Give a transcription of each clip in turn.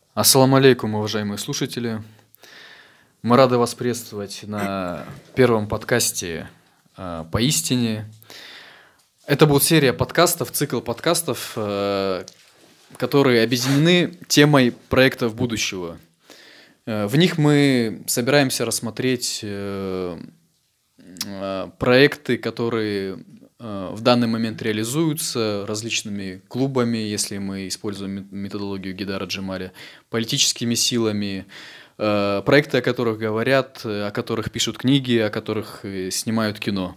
Ассаламу алейкум, уважаемые слушатели. Мы рады вас приветствовать на первом подкасте «Поистине». Это будет серия подкастов, цикл подкастов, которые объединены темой проектов будущего. В них мы собираемся рассмотреть проекты, которые в данный момент реализуются различными клубами, если мы используем методологию Гейдара Джемаля, политическими силами, проекты, о которых говорят, о которых пишут книги, о которых снимают кино.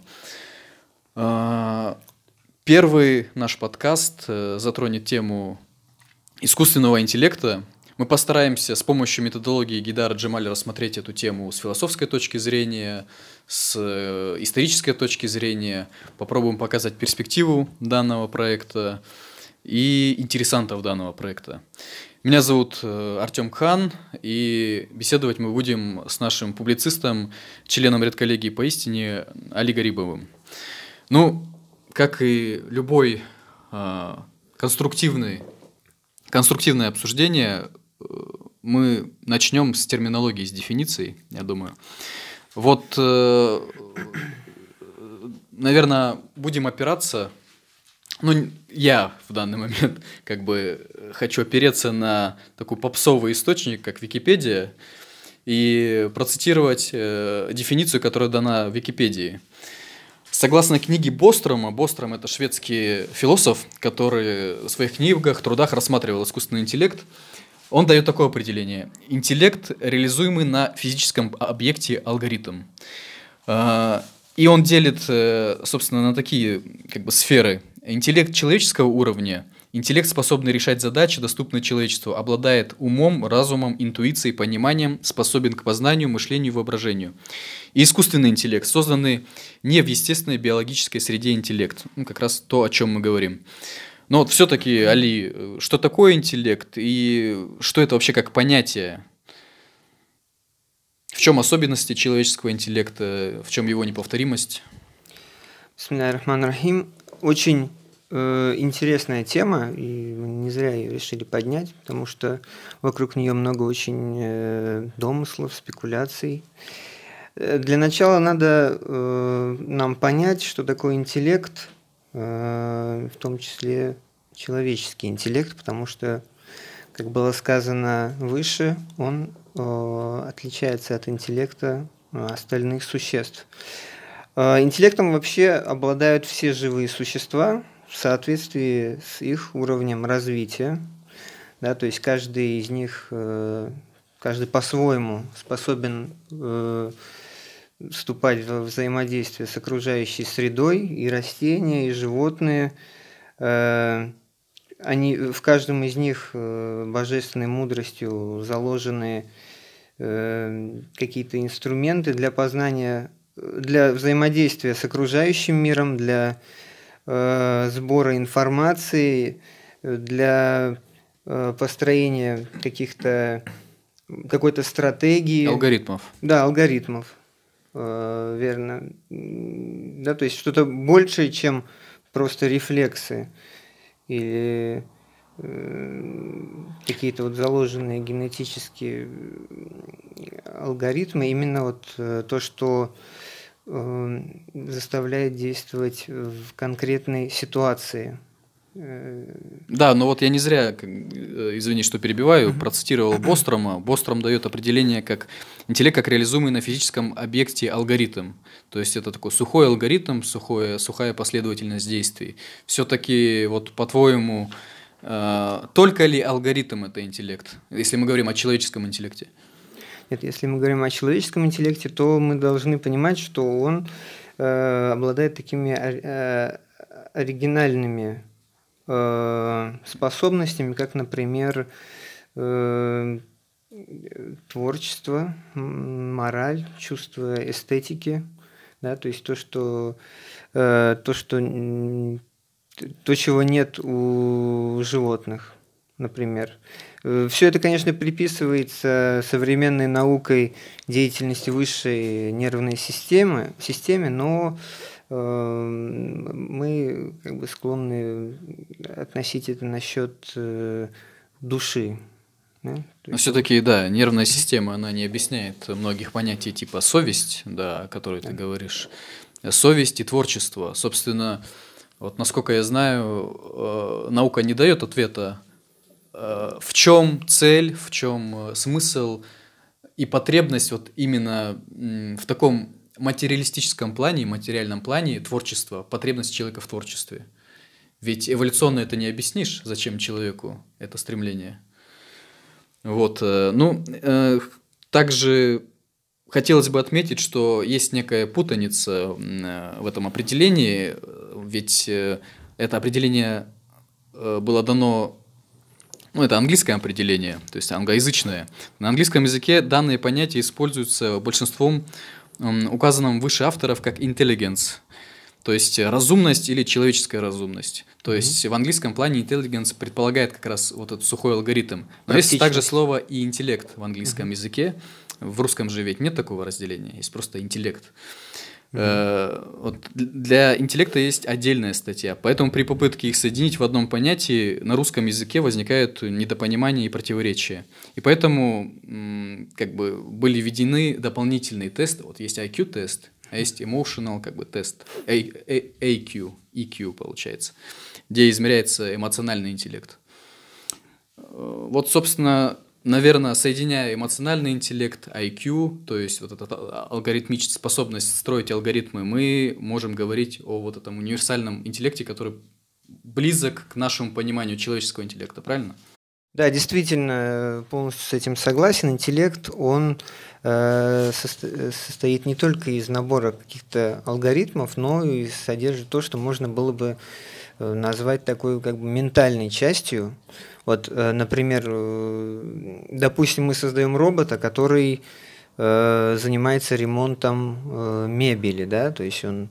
Первый наш подкаст затронет тему искусственного интеллекта. Мы постараемся с помощью методологии Гейдара Джемаля рассмотреть эту тему с философской точки зрения, с исторической точки зрения, попробуем показать перспективу данного проекта и интересантов данного проекта. Меня зовут Артем Кхан, и беседовать мы будем с нашим публицистом, членом редколлегии «Поистине» Али Гарибовым. Как и любой конструктивное обсуждение, мы начнем с терминологии, с дефиниций, я думаю. Наверное, будем опираться, я в данный момент хочу опереться на такой попсовый источник, как Википедия, и процитировать дефиницию, которая дана в Википедии. Согласно книге Бострома, Бостром – это шведский философ, который в своих книгах, трудах рассматривал искусственный интеллект. Он дает такое определение: интеллект, реализуемый на физическом объекте алгоритм. И он делит, собственно, на такие сферы. Интеллект человеческого уровня, интеллект, способный решать задачи, доступные человечеству, обладает умом, разумом, интуицией, пониманием, способен к познанию, мышлению и воображению. И искусственный интеллект, созданный не в естественной биологической среде интеллект. Как раз то, о чем мы говорим. Но все-таки, Али, что такое интеллект и что это вообще как понятие? В чем особенности человеческого интеллекта, в чем его неповторимость? Бисмиллахи рахмани рахим. Очень интересная тема, и не зря ее решили поднять, потому что вокруг нее много очень домыслов, спекуляций. Для начала надо нам понять, что такое интеллект, в том числе человеческий интеллект, потому что, как было сказано выше, он отличается от интеллекта остальных существ. Интеллектом вообще обладают все живые существа в соответствии с их уровнем развития. Да, то есть каждый из них, каждый по-своему способен вступать в взаимодействие с окружающей средой, и растения, и животные. Они, в каждом из них божественной мудростью заложены какие-то инструменты для познания, для взаимодействия с окружающим миром, для сбора информации, для построения какой-то стратегии. Алгоритмов. Да, алгоритмов. Верно. Да, то есть что-то большее, чем просто рефлексы или какие-то заложенные генетические алгоритмы, именно то, что заставляет действовать в конкретной ситуации. Да, но я не зря, извини, что перебиваю, процитировал Бострома. Бостром дает определение как интеллект, как реализуемый на физическом объекте алгоритм. То есть это такой сухой алгоритм, сухая последовательность действий. Все-таки, по-твоему, только ли алгоритм это интеллект, если мы говорим о человеческом интеллекте? Нет, если мы говорим о человеческом интеллекте, то мы должны понимать, что он обладает такими оригинальными способностями, как, например, творчество, мораль, чувство эстетики, да, то есть то, чего нет у животных, например. Все это, конечно, приписывается современной наукой деятельности высшей нервной системе, но мы склонны относить это насчет души. Да? Но все-таки, да, нервная система, она не объясняет многих понятий типа совесть, да, о которой ты говоришь. Совесть и творчество. Собственно, вот насколько я знаю, наука не дает ответа, в чем цель, в чем смысл и потребность вот именно в таком материалистическом плане, материальном плане творчества, потребность человека в творчестве. Ведь эволюционно это не объяснишь, зачем человеку это стремление. Вот, также хотелось бы отметить, что есть некая путаница в этом определении, ведь это определение было дано, это английское определение, то есть англоязычное. На английском языке данные понятия используются большинством указанным выше авторов как intelligence, то есть разумность или человеческая разумность. То есть в английском плане intelligence предполагает как раз вот этот сухой алгоритм. Но есть также слово и интеллект в английском языке. В русском же ведь нет такого разделения, есть просто интеллект. Вот для интеллекта есть отдельная статья, поэтому при попытке их соединить в одном понятии на русском языке возникают недопонимания и противоречия. И поэтому как бы были введены дополнительные тесты. Вот есть IQ-тест, а есть emotional как бы тест, AQ, EQ получается, где измеряется эмоциональный интеллект. Вот, собственно, наверное, соединяя эмоциональный интеллект, IQ, то есть вот эта алгоритмическая способность строить алгоритмы, мы можем говорить о вот этом универсальном интеллекте, который близок к нашему пониманию человеческого интеллекта, правильно? Да, действительно, полностью с этим согласен. Интеллект, он состоит не только из набора каких-то алгоритмов, но и содержит то, что можно было бы назвать такой как бы ментальной частью. Вот, например, допустим, мы создаем робота, который занимается ремонтом мебели, да, то есть он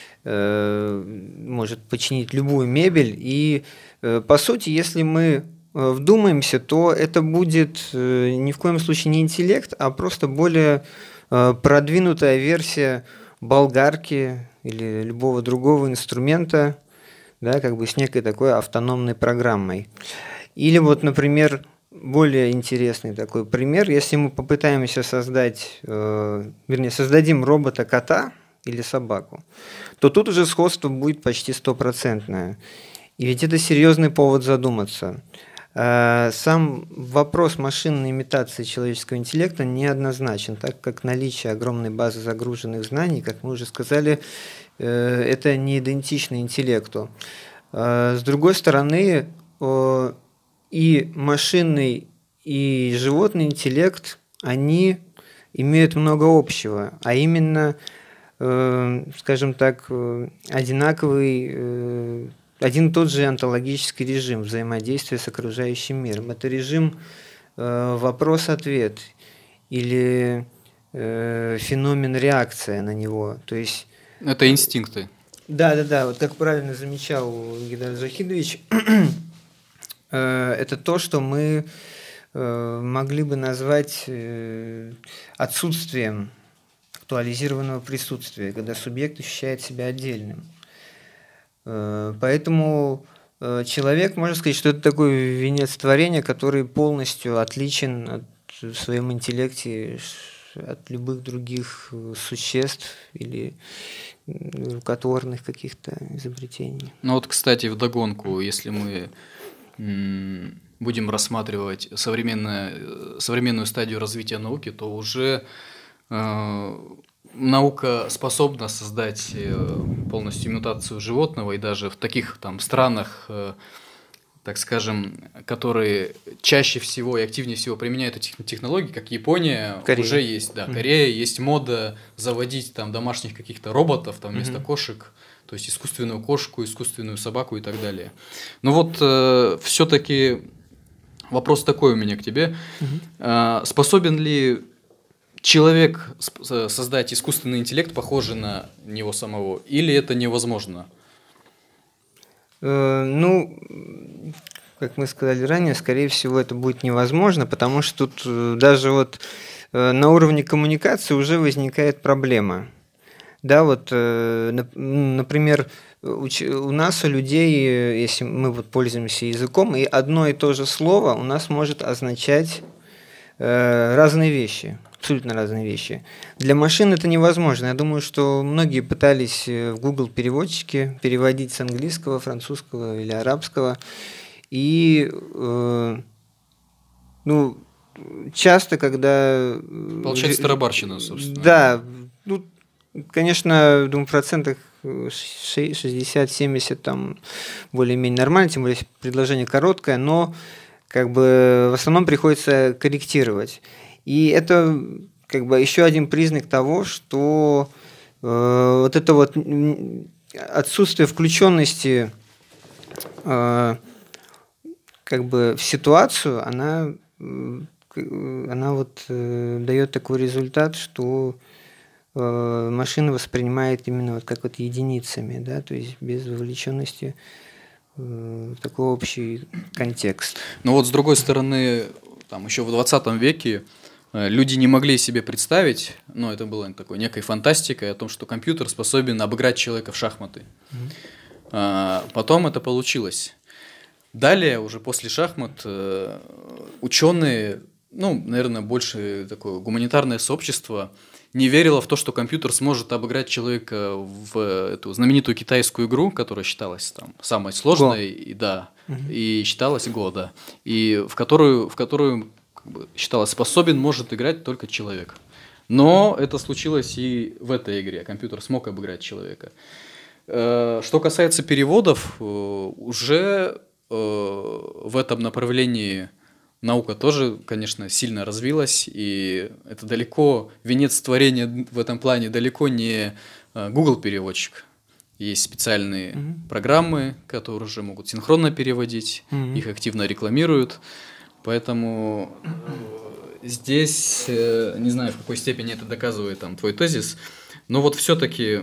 может починить любую мебель, и по сути, если мы вдумаемся, то это будет ни в коем случае не интеллект, а просто более продвинутая версия болгарки или любого другого инструмента, да, как бы с некой такой автономной программой. Или вот, например, более интересный такой пример, если мы попытаемся создать, создадим робота-кота или собаку, то тут уже сходство будет почти стопроцентное. И ведь это серьезный повод задуматься. Сам вопрос машинной имитации человеческого интеллекта неоднозначен, так как наличие огромной базы загруженных знаний, как мы уже сказали, это не идентично интеллекту. С другой стороны, и машинный, и животный интеллект, они имеют много общего, а именно, скажем так, одинаковый, один и тот же онтологический режим взаимодействия с окружающим миром. Это режим вопрос-ответ или феномен реакция на него. То есть, это инстинкты. Да, вот как правильно замечал Гидар Захидович, это то, что мы могли бы назвать отсутствием актуализированного присутствия, когда субъект ощущает себя отдельным. Поэтому человек, можно сказать, что это такой венец творения, который полностью отличен в своем интеллекте от любых других существ или рукотворных каких-то изобретений. Ну вот, кстати, вдогонку, если мы будем рассматривать современную стадию развития науки, то уже наука способна создать полностью имитацию животного, и даже в таких там странах, так скажем, которые чаще всего и активнее всего применяют эти технологии, как Япония, Корея. Уже есть, да, Корея, есть мода заводить там домашних каких-то роботов там вместо кошек, то есть искусственную кошку, искусственную собаку и так далее. Но вот все-таки вопрос такой у меня к тебе. Способен ли человек создать искусственный интеллект, похожий на него самого, или это невозможно? Ну, как мы сказали ранее, скорее всего, это будет невозможно, потому что тут даже вот на уровне коммуникации уже возникает проблема. Да, вот, например, у нас, у людей, если мы вот пользуемся языком, и одно и то же слово у нас может означать разные вещи, абсолютно разные вещи. Для машин это невозможно. Я думаю, что многие пытались в Google переводчике переводить с английского, французского или арабского. И ну, часто, когда... Получается тарабарщина, собственно. Да, ну, конечно, думаю, в процентах 60-70 там более-менее нормально, тем более предложение короткое, но как бы в основном приходится корректировать. И это как бы еще один признак того, что вот это вот отсутствие включенности как бы в ситуацию, она вот дает такой результат, что машина воспринимает именно вот как вот единицами, да, то есть без вовлеченности в такой общий контекст. Но вот с другой стороны, там еще в 20 веке люди не могли себе представить, ну, это было такой некой фантастикой о том, что компьютер способен обыграть человека в шахматы. Потом это получилось. Далее, уже после шахмат, ученые, ну, наверное, больше такое гуманитарное сообщество не верило в то, что компьютер сможет обыграть человека в эту знаменитую китайскую игру, которая считалась там самой сложной, и, да, и считалась Го, да, и в которую как бы, считалось способен может играть только человек. Но это случилось и в этой игре. Компьютер смог обыграть человека. Что касается переводов, уже в этом направлении наука тоже, конечно, сильно развилась, и это далеко, венец творения в этом плане далеко не Google переводчик. Есть специальные программы, которые уже могут синхронно переводить, их активно рекламируют, поэтому здесь, не знаю, в какой степени это доказывает там твой тезис, но вот все-таки,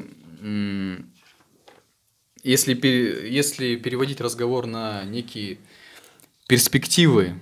если переводить разговор на некие перспективы,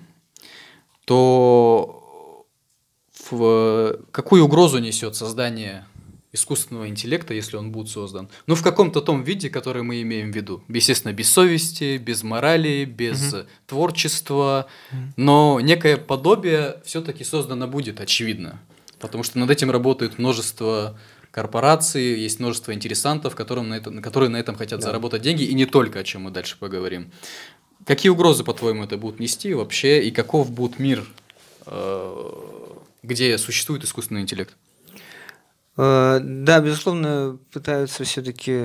то какую угрозу несет создание искусственного интеллекта, если он будет создан? Ну, в каком-то том виде, который мы имеем в виду. Естественно, без совести, без морали, без творчества, но некое подобие все-таки создано будет, очевидно. Потому что над этим работает множество корпораций, есть множество интересантов, которые на этом хотят заработать деньги, и не только, о чем мы дальше поговорим. Какие угрозы, по-твоему, это будут нести вообще, и каков будет мир, где существует искусственный интеллект? Да, безусловно, пытаются все-таки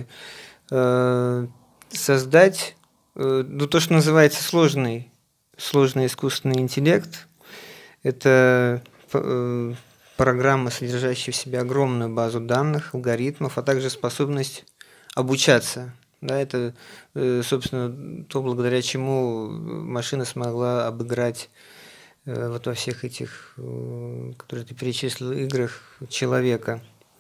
создать ну, то, что называется сложный искусственный интеллект. Это программа, содержащая в себе огромную базу данных, алгоритмов, а также способность обучаться. Да, это, собственно, то, благодаря чему машина смогла обыграть вот во всех этих, которые ты перечислил, играх человека.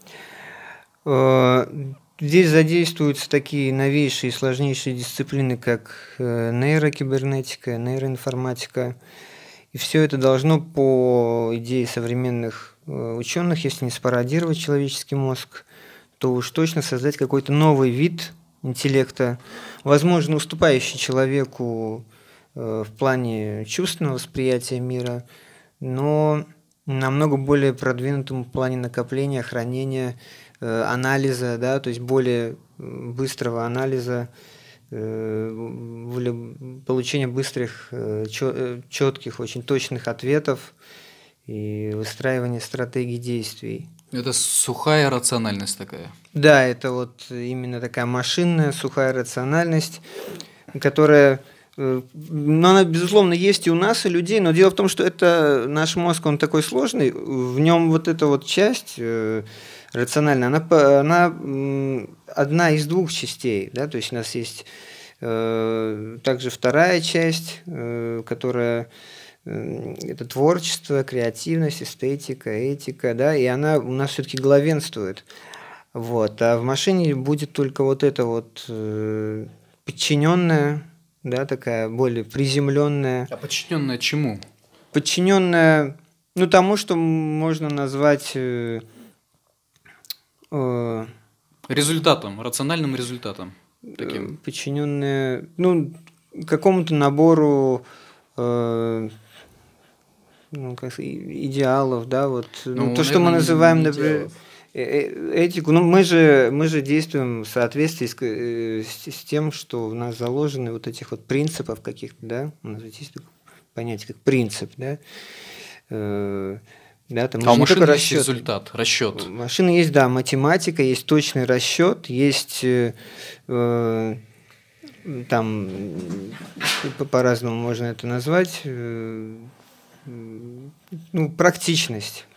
Здесь задействуются такие новейшие и сложнейшие дисциплины, как нейрокибернетика, нейроинформатика. И все это должно, по идее современных ученых, если не спародировать человеческий мозг, то уж точно создать какой-то новый вид интеллекта, возможно, уступающий человеку в плане чувственного восприятия мира, но намного более продвинутым в плане накопления, хранения, анализа, да, то есть более быстрого анализа, получения быстрых, четких, очень точных ответов и выстраивания стратегий действий. Это сухая рациональность такая. Да, это вот именно такая машинная сухая рациональность, которая, ну, она, безусловно, есть и у нас, и людей, но дело в том, что это наш мозг, он такой сложный, в нем вот эта вот часть рациональная, она одна из двух частей, да, то есть у нас есть также вторая часть, которая это творчество, креативность, эстетика, этика, да, и она у нас все-таки главенствует. Вот. А в машине будет только вот это вот подчиненная, да, такая более приземленная. А подчиненная чему? Подчиненная, ну, тому, что можно назвать результатом, рациональным результатом. Таким. Подчиненная, ну, какому-то набору идеалов, да, вот, Ну, то, что мы наверное, называем, не например, идеалов. этику, ну, мы же действуем в соответствии с тем, что в нас заложены вот этих вот принципов каких-то, да, у нас есть такое понятие, как принцип, да, да, там мы А у же не только машины есть расчет. результат, расчет. Машины есть, да, математика, есть точный расчет, есть там по-разному можно это назвать, ну, практичность.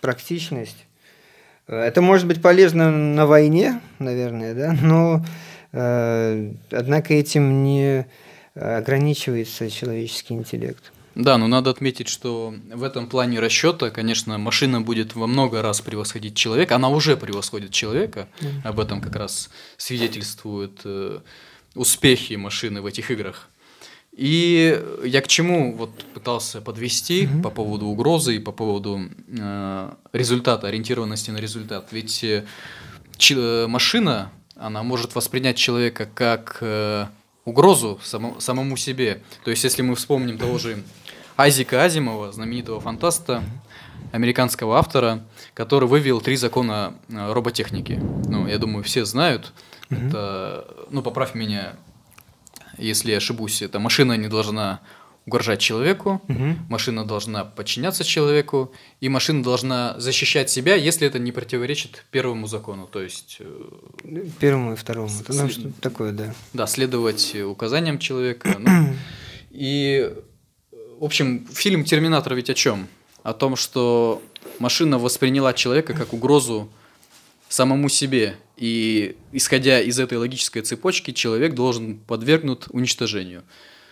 Это может быть полезно на войне, наверное, да, но однако этим не ограничивается человеческий интеллект. Да, но надо отметить, что в этом плане расчета, конечно, машина будет во много раз превосходить человека. Она уже превосходит человека. Об этом как раз свидетельствуют успехи машины в этих играх. И я к чему вот пытался подвести по поводу угрозы и по поводу результата, ориентированности на результат. Ведь машина, она может воспринять человека как угрозу самому себе. То есть, если мы вспомним того же Айзека Азимова, знаменитого фантаста, американского автора, который вывел 3 закона роботехники. Ну, я думаю, все знают. Это, ну, поправь меня, если я ошибусь, это машина не должна угрожать человеку, машина должна подчиняться человеку, и машина должна защищать себя, если это не противоречит первому закону. То есть Первому и второму. Ну, что такое, да. Да, следовать указаниям человека. Ну, и, в общем, фильм «Терминатор» ведь о чем? О том, что машина восприняла человека как угрозу самому себе. И, исходя из этой логической цепочки, человек должен подвергнут уничтожению.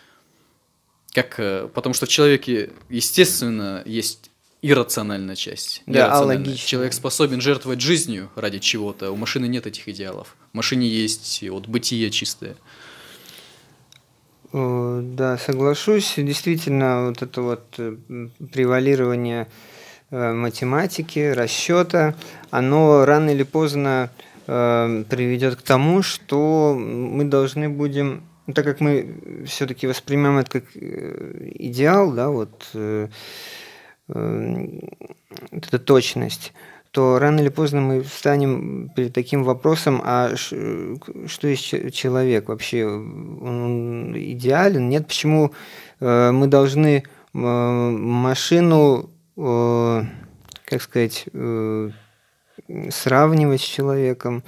Потому что в человеке, естественно, есть иррациональная часть. Да, иррациональная. алогичная. Человек способен жертвовать жизнью ради чего-то. У машины нет этих идеалов. В машине есть вот бытие чистое. Да, соглашусь. Действительно, вот это вот превалирование математики, расчета, оно рано или поздно приведет к тому, что мы должны будем, так как мы все-таки воспринимаем это как идеал, да, вот эта точность, то рано или поздно мы встанем перед таким вопросом, а что есть человек вообще? Он идеален? Нет, почему мы должны машину, как сказать, сравнивать с человеком?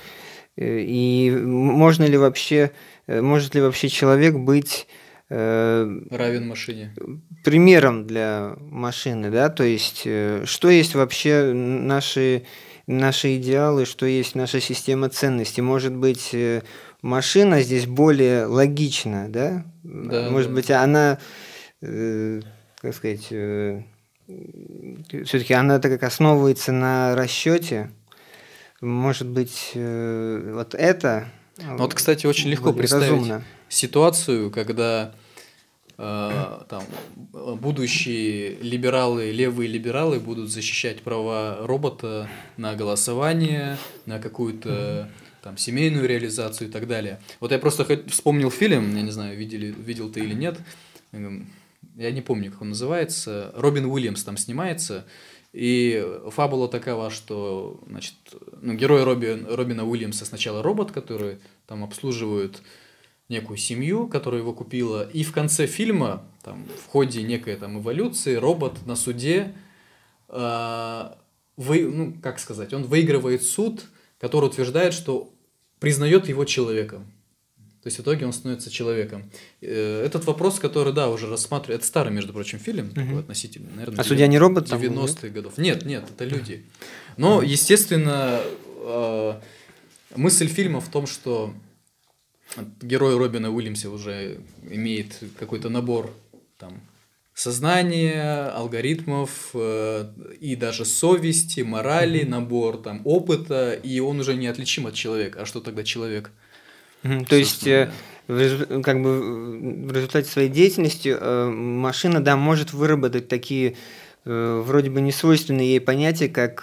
И может ли вообще человек быть равен машине? Примером для машины, да, то есть что есть вообще наши идеалы, что есть наша система ценностей. Может быть, машина здесь более логична, да? Да, Может да. быть, она, как сказать, все-таки она так как основывается на расчете. Может быть, вот это. Вот, кстати, очень легко представить разумно. Ситуацию, когда там будущие либералы, левые либералы будут защищать права робота на голосование, на какую-то там семейную реализацию и так далее. Вот я просто вспомнил фильм, я не знаю, видел ты или нет, я не помню, как он называется, Робин Уильямс там снимается, и фабула такова, что, значит, герой Робина Уильямса сначала робот, который там обслуживает некую семью, которая его купила, и в конце фильма, там, в ходе некой там эволюции, робот на суде, он выигрывает суд, который утверждает, что признает его человеком. То есть в итоге он становится человеком. Этот вопрос, который, да, уже рассматривает, это старый, между прочим, фильм, такой относительно, наверное, судья не робот 90-х годов. Нет, это люди. Но, естественно, мысль фильма в том, что герой Робина Уильямса уже имеет какой-то набор там сознания, алгоритмов и даже совести, морали, набор там опыта, и он уже неотличим от человека. А что тогда человек? То есть, как бы в результате своей деятельности машина, да, может выработать такие вроде бы несвойственные ей понятия, как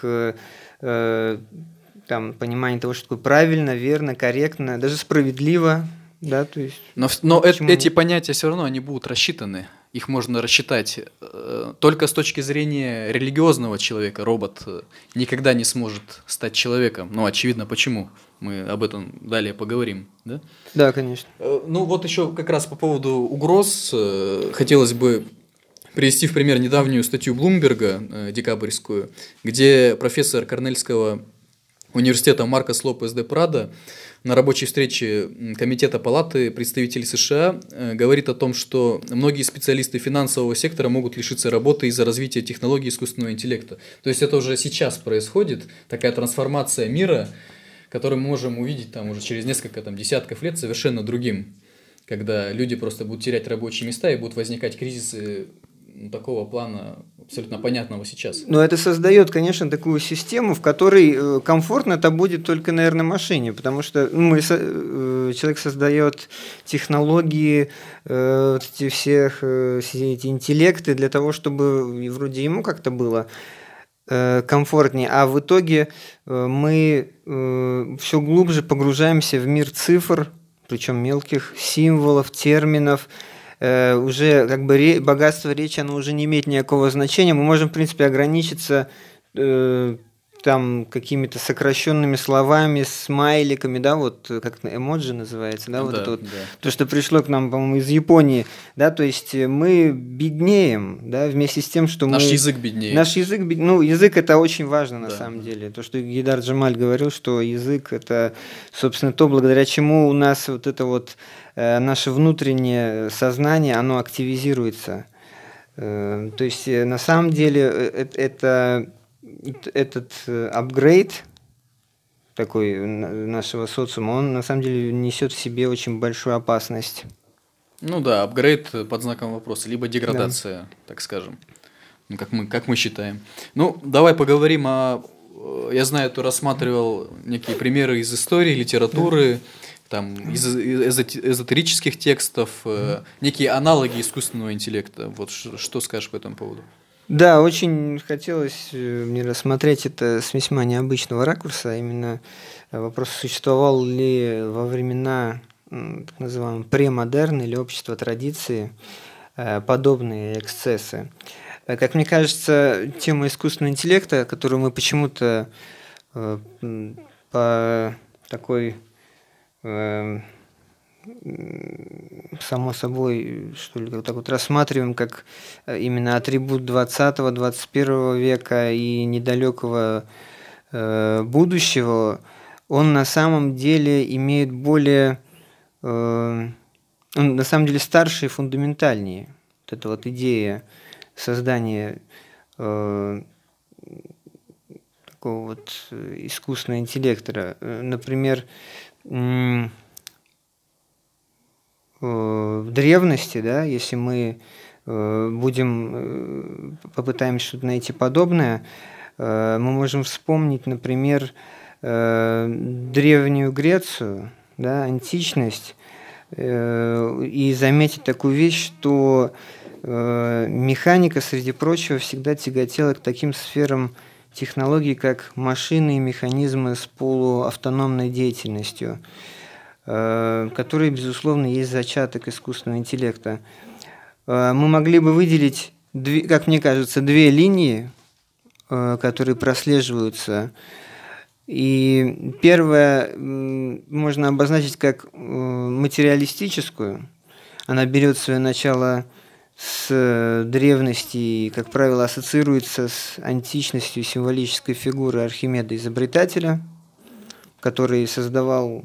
там понимание того, что такое правильно, верно, корректно, даже справедливо, да, то есть. Но эти понятия все равно они будут рассчитаны. их можно рассчитать. Только с точки зрения религиозного человека робот никогда не сможет стать человеком. Ну, очевидно, почему. Мы об этом далее поговорим, да? Да, конечно. Ну, вот еще как раз по поводу угроз хотелось бы привести в пример недавнюю статью Блумберга, декабрьскую, где профессор Корнельского университета Маркос Лопес де Прадо на рабочей встрече Комитета Палаты представителей США говорит о том, что многие специалисты финансового сектора могут лишиться работы из-за развития технологий искусственного интеллекта. То есть это уже сейчас происходит, такая трансформация мира, которую мы можем увидеть там уже через несколько десятков лет совершенно другим, когда люди просто будут терять рабочие места и будут возникать кризисы такого плана, абсолютно понятного сейчас. Но это создает, конечно, такую систему, в которой комфортно это будет только, наверное, машине, потому что человек создает технологии, все эти интеллекты для того, чтобы вроде ему как-то было комфортнее, а в итоге мы все глубже погружаемся в мир цифр, причем мелких символов, терминов. Уже как бы богатство речи, оно уже не имеет никакого значения. Мы можем, в принципе, ограничиться там какими-то сокращенными словами, смайликами, да, вот как эмоджи называется, да, вот Да, это вот, да. то, что пришло к нам, по-моему, из Японии, да, то есть мы беднеем, да, вместе с тем, что Наш мы... язык беднее. Наш язык, ну, язык это очень важно на Да, самом да. деле. То, что Гейдар Джамаль говорил, что язык это, собственно, то, благодаря чему у нас вот это вот наше внутреннее сознание, оно активизируется. То есть, на самом деле, этот апгрейд такой нашего социума, он на самом деле несет в себе очень большую опасность. Ну да, апгрейд под знаком вопроса, либо деградация, так скажем, ну, как мы считаем. Ну, давай поговорим о... Я знаю, ты рассматривал некие примеры из истории, литературы, там, из эзотерических текстов, некие аналоги искусственного интеллекта. Вот что скажешь по этому поводу? Да, очень хотелось мне рассмотреть это с весьма необычного ракурса, а именно вопрос, существовал ли во времена так называемого премодерна или общества традиции подобные эксцессы. Как мне кажется, тема искусственного интеллекта, которую мы почему-то по такой само собой, что ли, вот так вот рассматриваем как именно атрибут 20-21 века и недалекого будущего, он на самом деле имеет более, он на самом деле старше и фундаментальнее. Вот эта вот идея создания такого вот искусственного интеллекта. Например, в древности, да, если мы попытаемся что-то найти подобное, мы можем вспомнить, например, Древнюю Грецию, да, античность, и заметить такую вещь, что механика, среди прочего, всегда тяготела к таким сферам технологий, как машины и механизмы с полуавтономной деятельностью, которые, безусловно, есть зачаток искусственного интеллекта. Мы могли бы выделить, как мне кажется, две линии, которые прослеживаются. И первая можно обозначить как материалистическую. Она берет свое начало с древности и, как правило, ассоциируется с античностью символической фигуры Архимеда-изобретателя, который создавал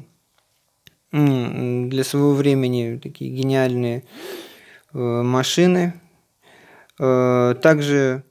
для своего времени такие гениальные машины. Также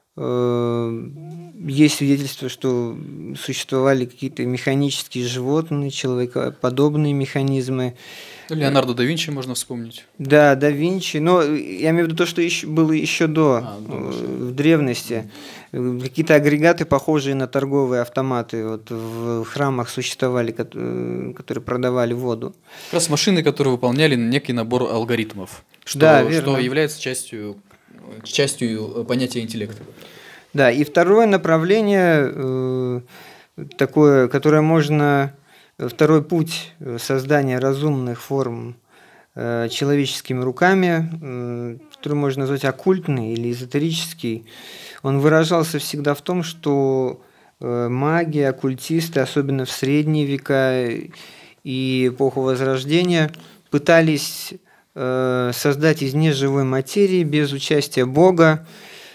есть свидетельство, что существовали какие-то механические животные, человекоподобные механизмы. Леонардо да Винчи можно вспомнить. Да, да Винчи. Но я имею в виду то, что было еще в древности. Какие-то агрегаты, похожие на торговые автоматы, вот в храмах существовали, которые продавали воду. Как раз машины, которые выполняли некий набор алгоритмов, что является частью понятия интеллекта. Да, и второе направление, такое, которое можно... Второй путь создания разумных форм человеческими руками, который можно назвать оккультный или эзотерический, он выражался всегда в том, что маги, оккультисты, особенно в средние века и эпоху Возрождения, пытались создать из неживой материи без участия Бога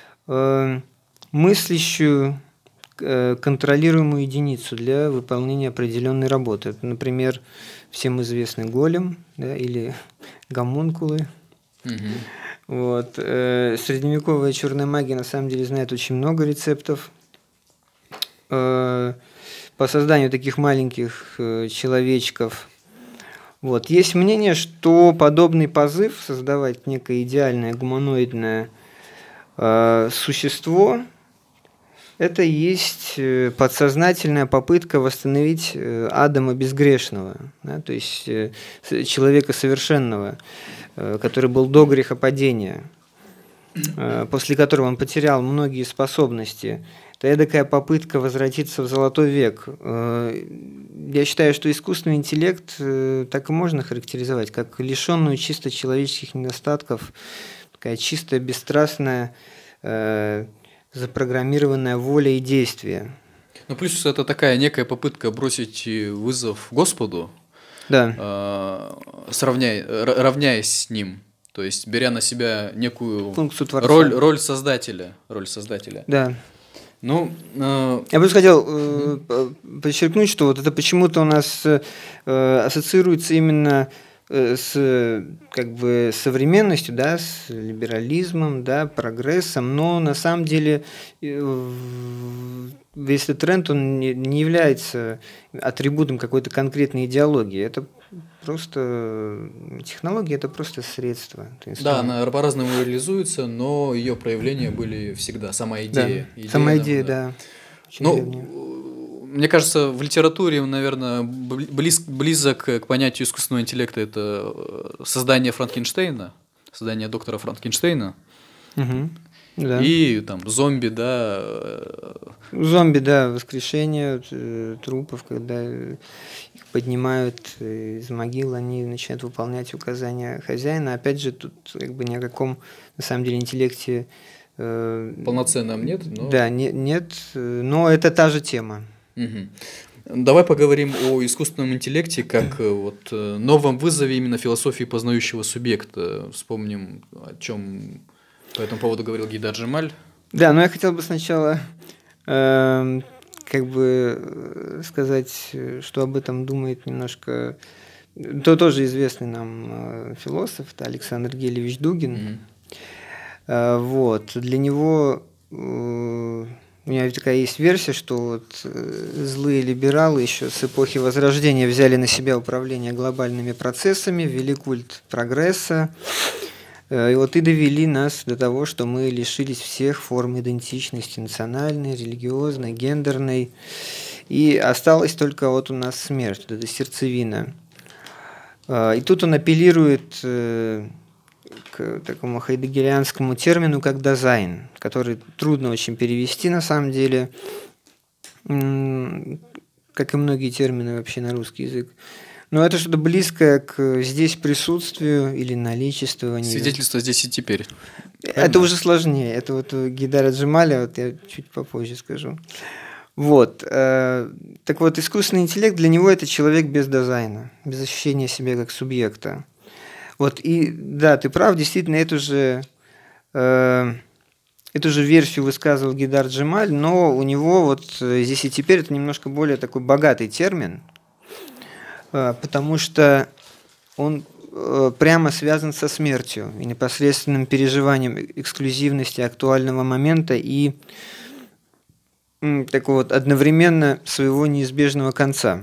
мыслящую, контролируемую единицу для выполнения определенной работы. Это, например, всем известный голем, да, или гомункулы. Вот. Средневековая черная магия на самом деле знает очень много рецептов по созданию таких маленьких человечков. Вот. Есть мнение, что подобный позыв создавать некое идеальное гуманоидное существо – это и есть подсознательная попытка восстановить Адама безгрешного, да, то есть человека совершенного, который был до грехопадения, после которого он потерял многие способности. Это эдакая попытка возвратиться в золотой век. Я считаю, что искусственный интеллект так и можно характеризовать, как лишенную чисто человеческих недостатков, такая чистая, бесстрастная, запрограммированная воля и действие. Ну, плюс это такая некая попытка бросить вызов Господу, да. равняясь с Ним, то есть беря на себя некую функцию Творца. роль Создателя. Да. Ну, я бы хотел подчеркнуть, что вот это почему-то у нас ассоциируется именно с как бы современностью, да, с либерализмом, да, прогрессом, но на самом деле весь этот тренд, он не является атрибутом какой-то конкретной идеологии. Это просто технология, это просто средство. Да, она по-разному реализуется, но ее проявления были всегда. Сама идея. Да, сама идея, да. Мне кажется, в литературе, наверное, близок к понятию искусственного интеллекта это создание Франкенштейна, создание доктора Франкенштейна. Да. И там зомби, да. Зомби, да, воскрешение трупов, когда их поднимают из могил, они начинают выполнять указания хозяина. Опять же, тут как бы ни о каком, на самом деле, интеллекте полноценном нет. Но... Да, нет, но это та же тема. Давай поговорим о искусственном интеллекте как вот новом вызове именно философии познающего субъекта. Вспомним, о чем по этому поводу говорил Гейдар Джемаль. Да, но я хотел бы сначала как бы сказать, что об этом думает немножко тоже известный нам философ, это Александр Гелевич Дугин. Вот. Для него у меня такая есть версия, что вот злые либералы еще с эпохи Возрождения взяли на себя управление глобальными процессами, ввели культ прогресса, и вот и довели нас до того, что мы лишились всех форм идентичности национальной, религиозной, гендерной, и осталась только вот у нас смерть, это сердцевина. И тут он апеллирует к такому хайдеггерианскому термину, как дизайн, который трудно очень перевести на самом деле, как и многие термины вообще на русский язык. Но это что-то близкое к здесь присутствию или наличествованию. Свидетельство здесь и теперь. Это уже сложнее. Это вот у Гейдара Джемаля, вот я чуть попозже скажу. Вот. Так вот, искусственный интеллект для него это человек без дизайна, без ощущения себя как субъекта. Вот, и да, ты прав, действительно, эту же версию высказывал Гейдар Джемаль, но у него вот здесь и теперь это немножко более такой богатый термин, потому что он прямо связан со смертью и непосредственным переживанием эксклюзивности актуального момента и такого вот одновременно своего неизбежного конца.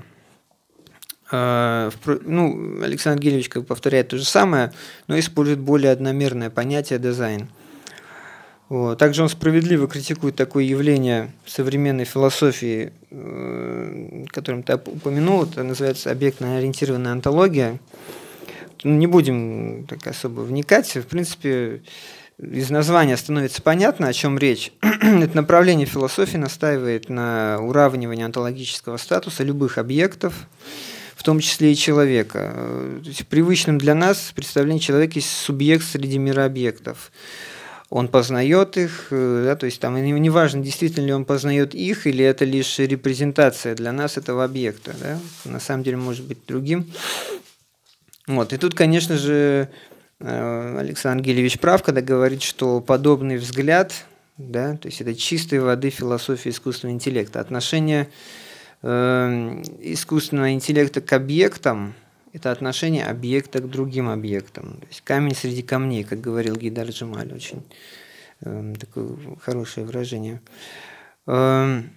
Александр Гелевич повторяет то же самое, но использует более одномерное понятие дизайн. Вот. Также он справедливо критикует такое явление современной философии, которым ты упомянул, это называется объектно-ориентированная онтология. Не будем так особо вникать, в принципе, из названия становится понятно, о чем речь. Это направление философии настаивает на уравнивании онтологического статуса любых объектов в том числе и человека. То есть в привычном для нас представлении человека есть субъект среди мира объектов. Он познает их, да, то есть там неважно, действительно ли он познает их, или это лишь репрезентация для нас этого объекта. Да? На самом деле может быть другим. Вот. И тут, конечно же, Александр Гелевич прав, когда говорит, что подобный взгляд, да, то есть это чистой воды философия искусственного интеллекта. Отношение искусственного интеллекта к объектам – это отношение объекта к другим объектам. То есть камень среди камней, как говорил Гейдар Джемаль, очень такое хорошее выражение. Это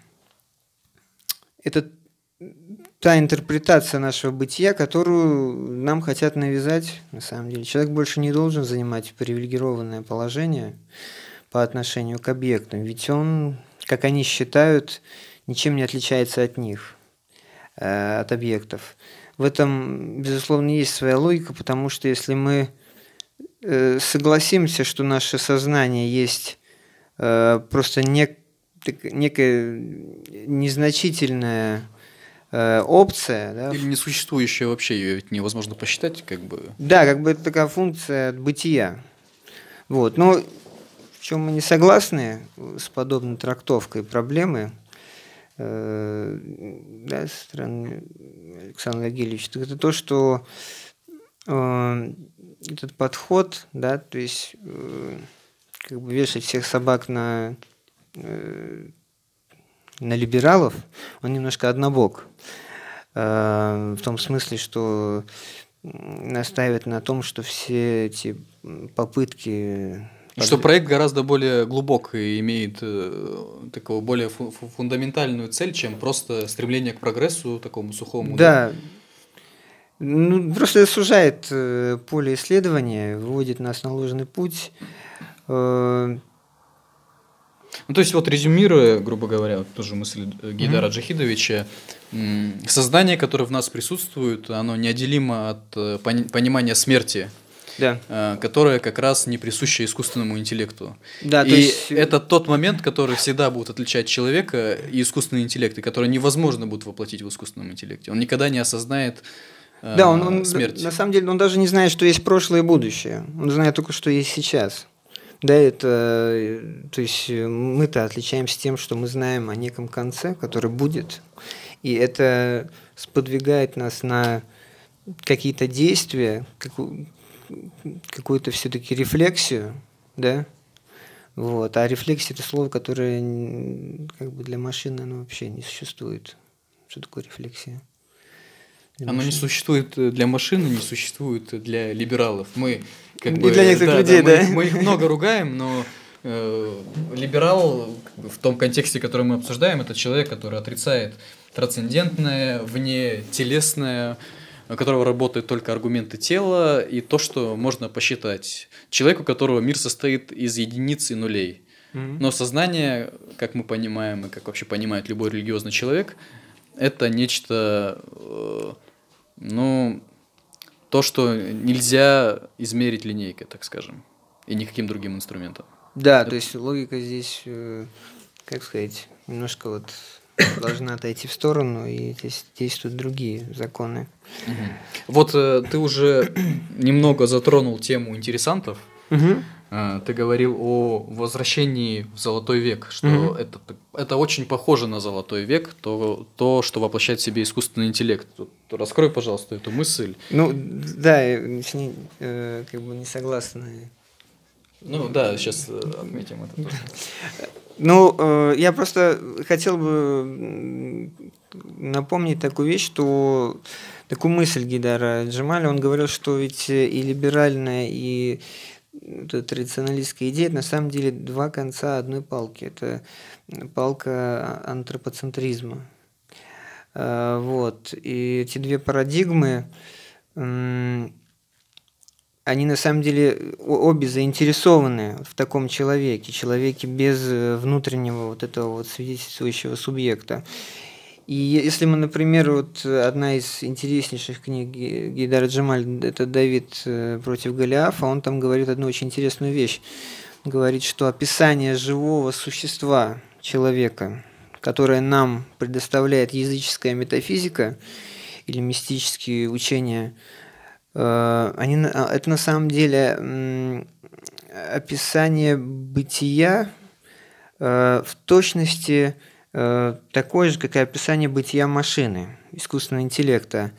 та интерпретация нашего бытия, которую нам хотят навязать, на самом деле. Человек больше не должен занимать привилегированное положение по отношению к объектам, ведь он, как они считают, ничем не отличается от них, от объектов. В этом, безусловно, есть своя логика, потому что если мы согласимся, что наше сознание есть просто некая незначительная опция. Да? Или несуществующая вообще, ее ведь невозможно посчитать, как бы. Да, как бы это такая функция бытия. Вот. Но в чем мы не согласны с подобной трактовкой проблемы, да, со стороны Александра Гелевича, это то, что этот подход, да, то есть как бы вешать всех собак на либералов, он немножко однобок. В том смысле, что настаивает на том, что все эти попытки... Что проект гораздо более глубок и имеет такого более фундаментальную цель, чем просто стремление к прогрессу такому сухому. Да. Ну, просто сужает поле исследования, выводит нас на ложный путь. Ну, то есть, вот резюмируя, грубо говоря, вот тоже мысль Гейдара Джахидовича, сознание, которое в нас присутствует, оно неотделимо от понимания смерти, да. которое как раз не присуще искусственному интеллекту. Да, и есть... это тот момент, который всегда будет отличать человека и искусственный интеллект, и который невозможно будет воплотить в искусственном интеллекте. Он никогда не осознает смерть. На самом деле он даже не знает, что есть прошлое и будущее. Он знает только, что есть сейчас. Да, это, то есть мы-то отличаемся тем, что мы знаем о неком конце, который будет, и это сподвигает нас на какие-то действия, какую-то все-таки рефлексию, да, вот. А рефлексия – это слово, которое как бы для машины оно вообще не существует. Что такое рефлексия? Оно не существует для машины, не существует для либералов. Мы как бы, для некоторых людей, да. Мы их много ругаем, но либерал как бы, в том контексте, который мы обсуждаем, это человек, который отрицает трансцендентное, внетелесное, у которого работают только аргументы тела и то, что можно посчитать. Человек, у которого мир состоит из единиц и нулей. Но сознание, как мы понимаем, и как вообще понимает любой религиозный человек, это нечто, то, что нельзя измерить линейкой, так скажем, и никаким другим инструментом. Да, то есть логика здесь, как сказать, немножко вот должна отойти в сторону, и здесь действуют другие законы. Вот ты уже немного затронул тему интересантов. Ты говорил о возвращении в Золотой век, что это очень похоже на Золотой век, то, что воплощает в себе искусственный интеллект. Раскрой, пожалуйста, эту мысль. Ну, да, с ней как бы не согласны. Ну да, сейчас отметим это тоже. Ну, я просто хотел бы напомнить такую вещь, что такую мысль Гейдара Джемаля, он говорил, что ведь и либеральная, и традиционалистская идея, на самом деле два конца одной палки. Это палка антропоцентризма. Вот. И эти две парадигмы, они на самом деле обе заинтересованы в таком человеке без внутреннего вот этого вот свидетельствующего субъекта. И если мы, например, вот одна из интереснейших книг Гейдара Джемаля, это «Давид против Голиафа», он там говорит одну очень интересную вещь. Говорит, что описание живого существа человека, которое нам предоставляет языческая метафизика, или мистические учения, это на самом деле описание бытия в точности такое же, как и описание бытия машины, искусственного интеллекта.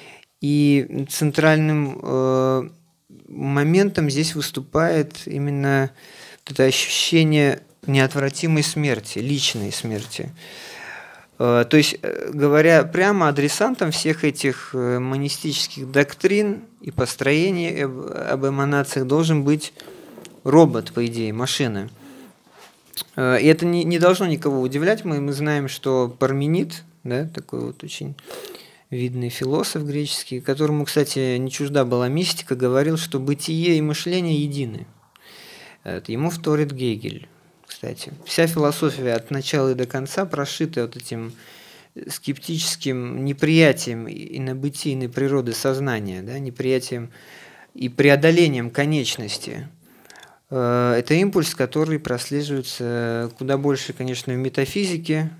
И центральным моментом здесь выступает именно это ощущение неотвратимой смерти, личной смерти. То есть, говоря прямо, адресантом всех этих монистических доктрин и построений об эманациях должен быть робот, по идее, машина. И это не должно никого удивлять. Мы знаем, что Парменид, да, такой вот очень видный философ греческий, которому, кстати, не чужда была мистика, говорил, что бытие и мышление едины. Ему вторит Гегель, кстати. Вся философия от начала и до конца прошита вот этим скептическим неприятием инобытийной природы сознания, да, неприятием и преодолением конечности. Это импульс, который прослеживается куда больше, конечно, в метафизике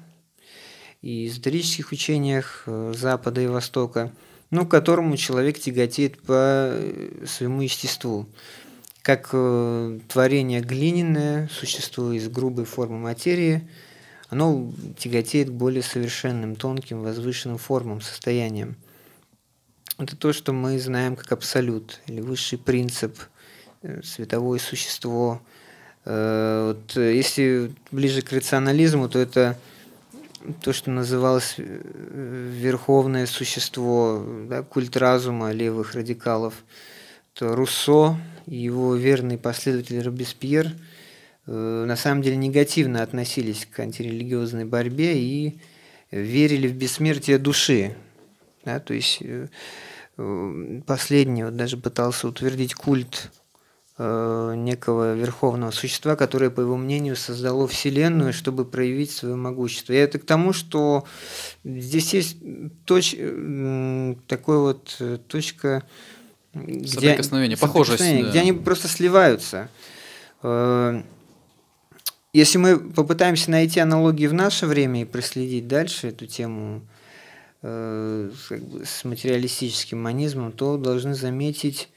и эзотерических учениях Запада и Востока, но к которому человек тяготеет по своему естеству. Как творение глиняное, существо из грубой формы материи, оно тяготеет к более совершенным, тонким, возвышенным формам, состояниям. Это то, что мы знаем как абсолют или высший принцип, световое существо. Вот, если ближе к рационализму, то это то, что называлось верховное существо, да, культ разума левых радикалов. То Руссо и его верный последователь Робеспьер на самом деле негативно относились к антирелигиозной борьбе и верили в бессмертие души. Да, то есть последний вот даже пытался утвердить культ некого верховного существа, которое, по его мнению, создало Вселенную, чтобы проявить свое могущество. И это к тому, что здесь есть такой вот точка соприкосновение, похожесть, да. где они просто сливаются. Если мы попытаемся найти аналогии в наше время и проследить дальше эту тему с материалистическим монизмом, то должны заметить,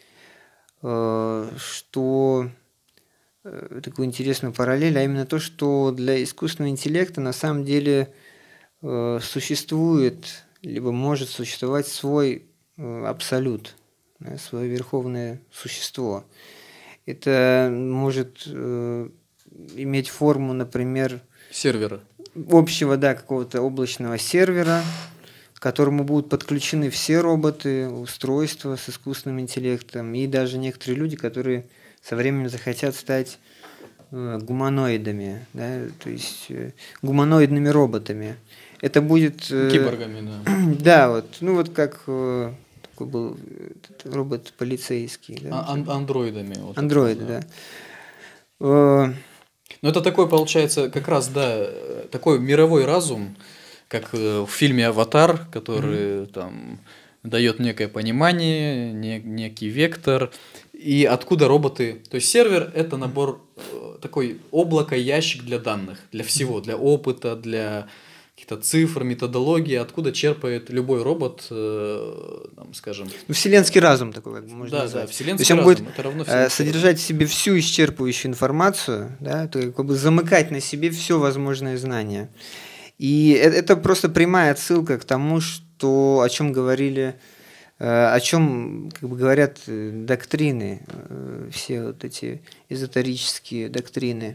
что такую интересную параллель, а именно то, что для искусственного интеллекта на самом деле существует, либо может существовать свой абсолют, свое верховное существо. Это может иметь форму, например, сервера. Общего, да, какого-то облачного сервера, к которому будут подключены все роботы, устройства с искусственным интеллектом и даже некоторые люди, которые со временем захотят стать гуманоидами, да, то есть гуманоидными роботами. Это будет... Киборгами, да. Да, вот, ну вот как такой был робот полицейский. Да? Андроидами. Вот андроиды, да. Но это такой, получается, как раз, да, такой мировой разум, как в фильме «Аватар», который там дает некое понимание, некий вектор, и откуда роботы... То есть сервер – это набор, такой облако, ящик для данных, для всего, для опыта, для каких-то цифр, методологии, откуда черпает любой робот, там, скажем... Ну, вселенский разум такой, как бы можно назвать. Да, вселенский разум. То есть он будет содержать в себе всю исчерпывающую информацию, да, то как бы замыкать на себе все возможное знание. И это просто прямая отсылка к тому, что, о чем говорили, о чем как бы говорят доктрины, все вот эти эзотерические доктрины.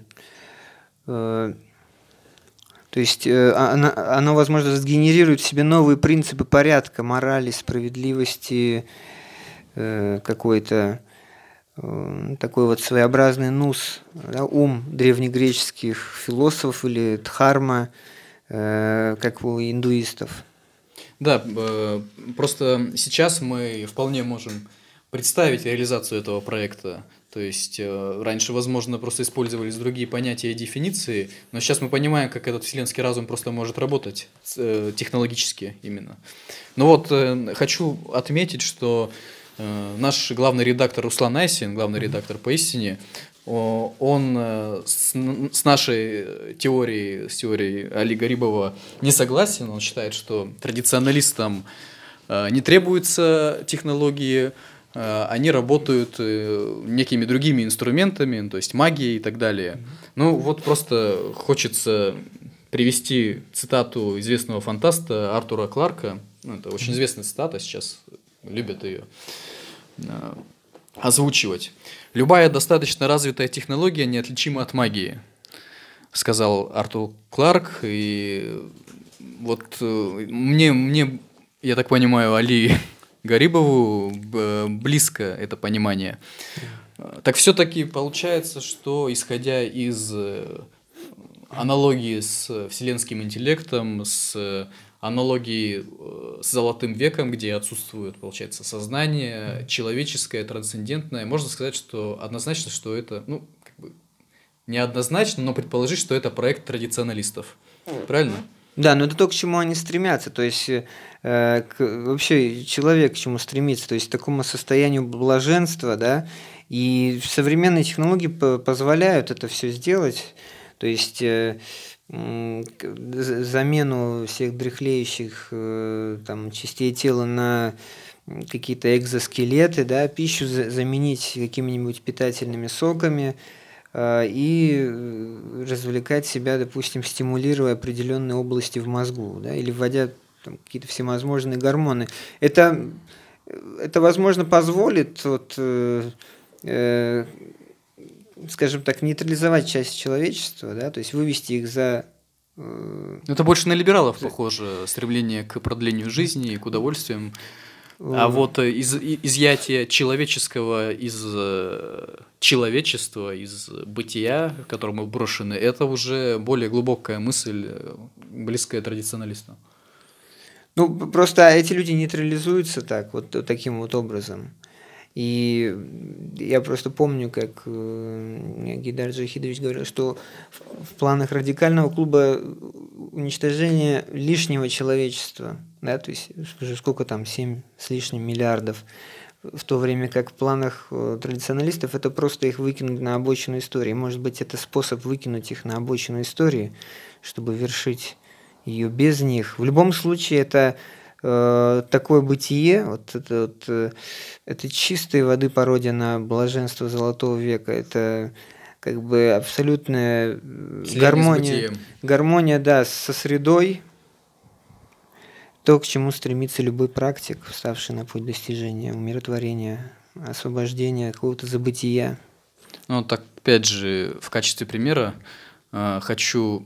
То есть оно, возможно, сгенерирует в себе новые принципы порядка, морали, справедливости, какой-то такой вот своеобразный нус, да, ум древнегреческих философов или дхарма, как у индуистов. Да, просто сейчас мы вполне можем представить реализацию этого проекта. То есть раньше, возможно, просто использовались другие понятия и дефиниции, но сейчас мы понимаем, как этот вселенский разум просто может работать технологически именно. Но вот хочу отметить, что наш главный редактор Руслан Айсин, главный редактор «Поистине», он с нашей теорией, с теорией Али Гарибова не согласен. Он считает, что традиционалистам не требуются технологии, они работают некими другими инструментами, то есть магией и так далее. Ну, вот просто хочется привести цитату известного фантаста Артура Кларка. Ну, это очень известная цитата, сейчас любят ее озвучивать. «Любая достаточно развитая технология неотличима от магии», сказал Артур Кларк. И вот мне, я так понимаю, Али Гарибову близко это понимание. Так все-таки получается, что исходя из аналогии с вселенским интеллектом, с аналогии с Золотым веком, где отсутствует, получается, сознание человеческое, трансцендентное, можно сказать, что однозначно, что это, ну, как бы неоднозначно, но предположить, что это проект традиционалистов. Правильно? Да, но это то, к чему они стремятся. То есть вообще человек к чему стремится, то есть к такому состоянию блаженства, да, и современные технологии позволяют это все сделать. То есть замену всех дряхлеющих там, частей тела на какие-то экзоскелеты, да, пищу заменить какими-нибудь питательными соками и развлекать себя, допустим, стимулируя определенные области в мозгу, да, или вводя там, какие-то всевозможные гормоны. Это возможно, позволит вот, скажем так, нейтрализовать часть человечества, да, то есть вывести их за... Это больше на либералов похоже, стремление к продлению жизни и к удовольствиям. А вот изъятие человеческого из человечества, из бытия, в котором мы брошены, это уже более глубокая мысль, близкая традиционалистам. Ну, просто эти люди нейтрализуются так, вот таким вот образом. И я просто помню, как Гейдар Джахидович говорил, что в планах радикального клуба уничтожение лишнего человечества, да, то есть сколько там, 7 с лишним миллиардов, в то время как в планах традиционалистов это просто их выкинуть на обочину истории. Может быть, это способ выкинуть их на обочину истории, чтобы вершить ее без них. В любом случае, это такое бытие, это чистой воды пародия на блаженство Золотого века. Это как бы абсолютная гармония, да, со средой, то, к чему стремится любой практик, вставший на путь достижения умиротворения, освобождения, какого-то забытия. Ну, так, опять же, в качестве примера хочу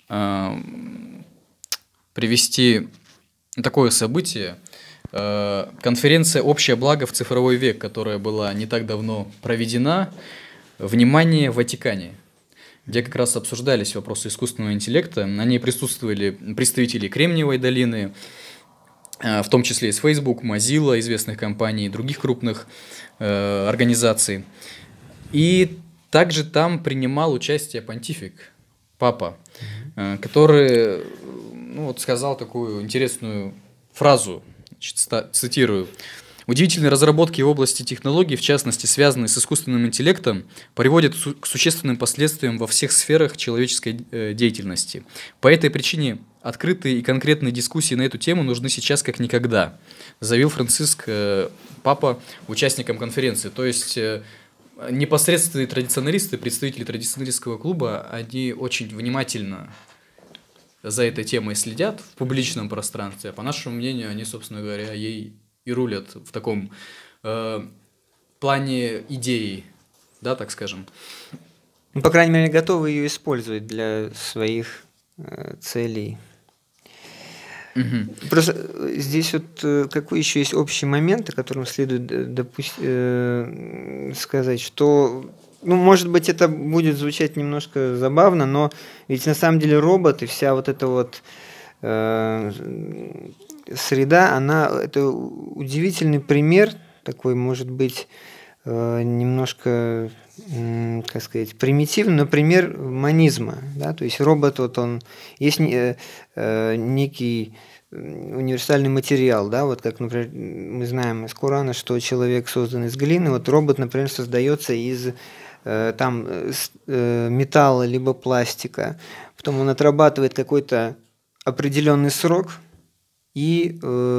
привести такое событие. Конференция «Общее благо в цифровой век», которая была не так давно проведена, внимание, в Ватикане, где как раз обсуждались вопросы искусственного интеллекта. На ней присутствовали представители Кремниевой долины, в том числе из Facebook, Mozilla, известных компаний и других крупных организаций. И также там принимал участие понтифик, папа, который сказал такую интересную фразу, цитирую: «Удивительные разработки в области технологий, в частности, связанные с искусственным интеллектом, приводят к существенным последствиям во всех сферах человеческой деятельности. По этой причине открытые и конкретные дискуссии на эту тему нужны сейчас как никогда», заявил Франциск, папа, участникам конференции. То есть непосредственные традиционалисты, представители традиционалистского клуба, они очень внимательно за этой темой следят в публичном пространстве, а по нашему мнению, они, собственно говоря, ей и рулят в таком плане идеи, да, так скажем. Ну, по крайней мере, готовы ее использовать для своих целей. Угу. Просто здесь вот какой еще есть общий момент, о котором следует сказать, что, ну, может быть, это будет звучать немножко забавно, но ведь на самом деле робот и вся вот эта вот среда, это удивительный пример, такой, может быть, немножко, как сказать, примитивный, но пример монизма. Да? То есть робот, вот он, есть некий универсальный материал, да, вот как, например, мы знаем из Корана, что человек создан из глины, вот робот, например, создается из металла либо пластика, потом он отрабатывает какой-то определенный срок, и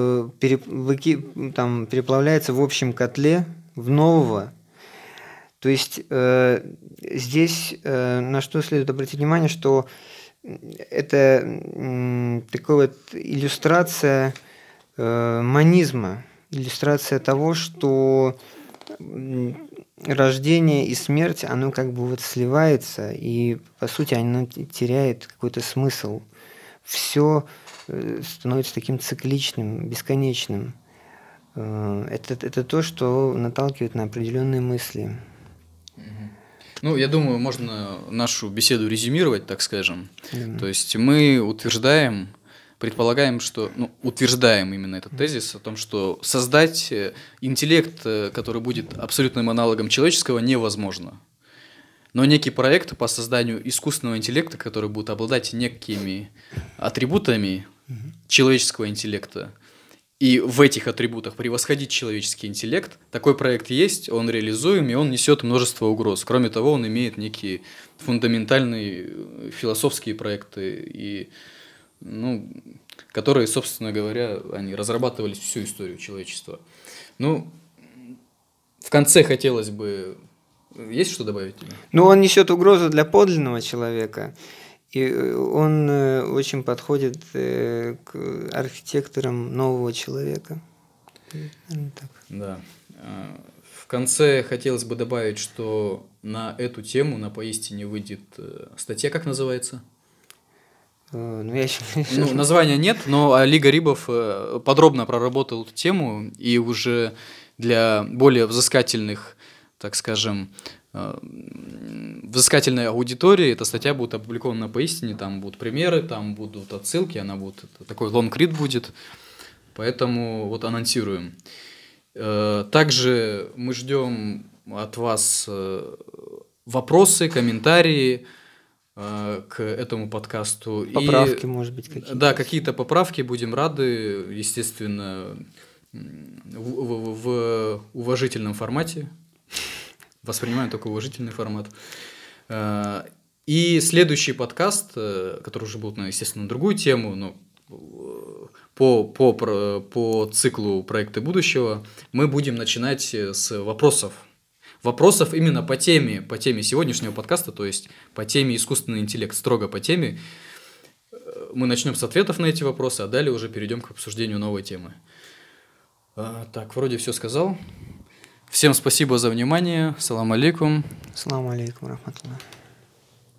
переплавляется в общем котле в нового. То есть здесь на что следует обратить внимание, что это такая вот иллюстрация монизма, иллюстрация того, что рождение и смерть, оно как бы вот сливается, и по сути оно теряет какой-то смысл. Все становится таким цикличным, бесконечным. Это то, что наталкивает на определенные мысли. Ну, я думаю, можно нашу беседу резюмировать, так скажем. То есть мы утверждаем, предполагаем, что, утверждаем именно этот тезис о том, что создать интеллект, который будет абсолютным аналогом человеческого, невозможно. Но некий проект по созданию искусственного интеллекта, который будет обладать некими атрибутами человеческого интеллекта, и в этих атрибутах превосходить человеческий интеллект, такой проект есть, он реализуем, и он несет множество угроз. Кроме того, он имеет некие фундаментальные философские проекты, и, которые, собственно говоря, они разрабатывались всю историю человечества. В конце хотелось бы... Есть что добавить тебе? Он несет угрозу для подлинного человека. И он очень подходит к архитекторам нового человека. Так. Да. В конце хотелось бы добавить, что на эту тему на Поистине выйдет статья, как называется? Названия нет, но Али Гарибов подробно проработал эту тему, и уже для более взыскательных, так скажем, взыскательной аудитории эта статья будет опубликована на Поистине, там будут примеры, там будут отсылки, она будет, такой лонгрид будет, поэтому вот анонсируем. Также мы ждем от вас вопросы, комментарии к этому подкасту. Поправки, может быть, какие-то. Да, какие-то поправки, будем рады, естественно, в уважительном формате. Воспринимаем только уважительный формат. И следующий подкаст, который уже будет, естественно, на другую тему, но по циклу «Проекты будущего», мы будем начинать с вопросов. Вопросов именно по теме сегодняшнего подкаста, то есть по теме искусственный интеллект, строго по теме. Мы начнем с ответов на эти вопросы, а далее уже перейдем к обсуждению новой темы. Так, вроде все сказал. Всем спасибо за внимание. Салам алейкум. Салам алейкум, рахматуллах.